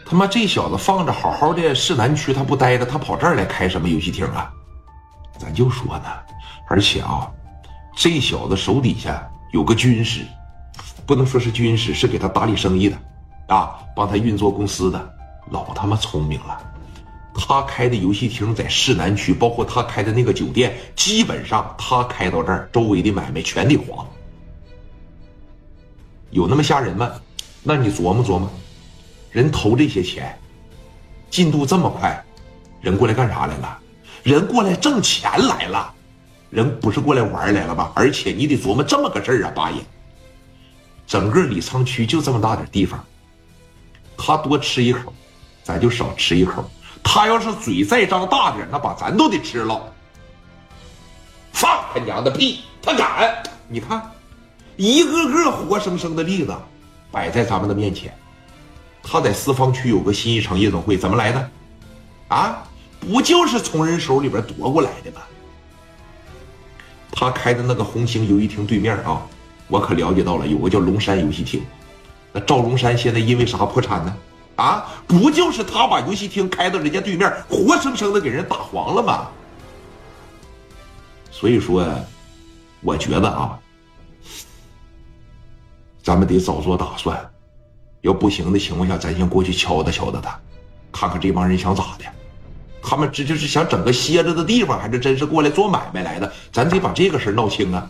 他妈这小子放着好好的市南区他不待着，他跑这儿来开什么游戏厅啊？咱就说呢，而且啊，这小子手底下有个军师，不能说是军师，是给他打理生意的啊，帮他运作公司的，老他妈聪明了。他开的游戏厅在市南区，包括他开的那个酒店，基本上他开到这儿，周围的买卖全得黄。有那么吓人吗？那你琢磨琢磨，人投这些钱，进度这么快，人过来干啥来了？人过来挣钱来了，人不是过来玩来了吧？而且你得琢磨这么个事儿啊，八爷，整个李沧区就这么大点地方，他多吃一口，咱就少吃一口。他要是嘴再张大点，那把咱都得吃了。放他娘的屁！他敢！你看，一个个活生生的例子摆在咱们的面前。他在四方区有个新一城夜总会，怎么来的？啊，不就是从人手里边夺过来的吗？他开的那个红星游戏厅对面啊，我可了解到了，有个叫龙山游戏厅。那赵龙山现在因为啥破产呢？啊，不就是他把游戏厅开到人家对面，活生生的给人打黄了吗？所以说，我觉得啊，咱们得早做打算。要不行的情况下，咱先过去敲打敲打他，看看这帮人想咋的。他们这就是想整个歇着的地方，还是真是过来做买卖来的？咱得把这个事闹清啊。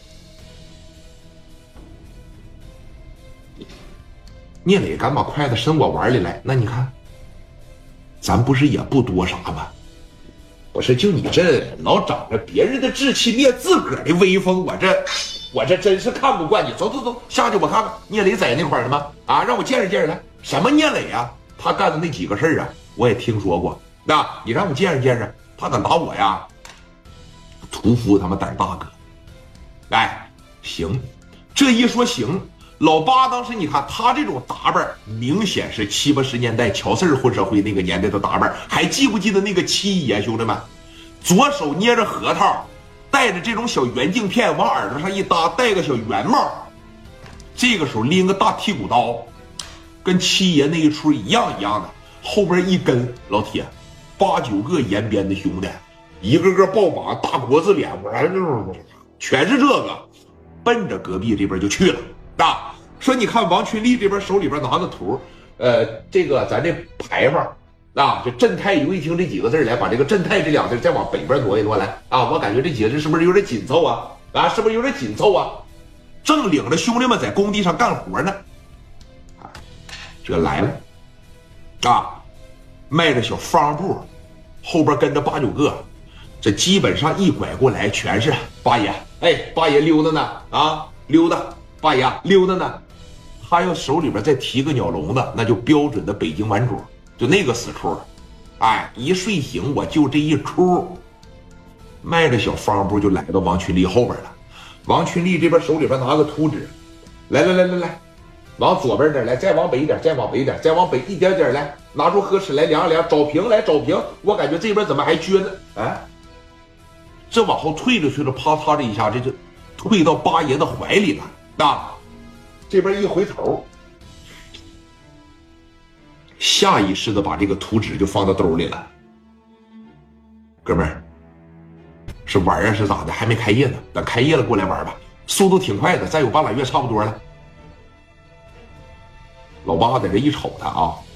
聂磊敢把筷子伸我碗里来，那你看，咱不是也不多啥吗？我说就你这老长着别人的志气灭自个儿的威风，我这真是看不惯你。走走走，下去我看看聂磊在那块儿呢吗？啊，让我见识见识他。什么聂磊啊？他干的那几个事儿啊，我也听说过。那你让我见识见识，他敢打我呀？屠夫他妈胆大哥。哎，行，这一说行。老八当时你看他这种打扮，明显是70、80年代乔四混社会那个年代的打扮。还记不记得那个七爷兄弟们？左手捏着核桃，戴着这种小圆镜片，往耳朵上一搭，戴个小圆帽，这个时候拎个大剔骨刀，跟七爷那一出一样的。后边一跟老铁8、9个延边的兄弟，一个个爆膀，大国字脸，全是这个，奔着隔壁这边就去了。啊，说你看王群力这边手里边拿的图，这个咱这牌坊啊，这正泰游戏厅这几个字来，把这个正泰这两字再往北边挪一挪来啊，我感觉这几个字是不是有点紧凑啊？啊，是不是有点紧凑啊？正领着兄弟们在工地上干活呢，啊，这来了，啊，迈着小方步，后边跟着8、9个，这基本上一拐过来全是八爷，哎，八爷溜达呢，啊，溜达。八爷溜达呢，他要手里边再提个鸟笼子，那就标准的北京玩主，就那个死出。哎，一睡醒我就这一出，迈着小方步就来到王群力后边了。王群力这边手里边拿个图纸，来，往左边点来，再往北一点，再往北一点，再往北一点点来，拿出河尺来量量，找平来找平。我感觉这边怎么还撅着？哎，这往后退着，啪嚓这一下，这就退到八爷的怀里了。啊，这边一回头，下意识的把这个图纸就放到兜里了。哥们儿，是玩啊是咋的？还没开业呢，等开业了过来玩吧，速度挺快的，再有半拉月差不多了。老八在这一瞅他啊，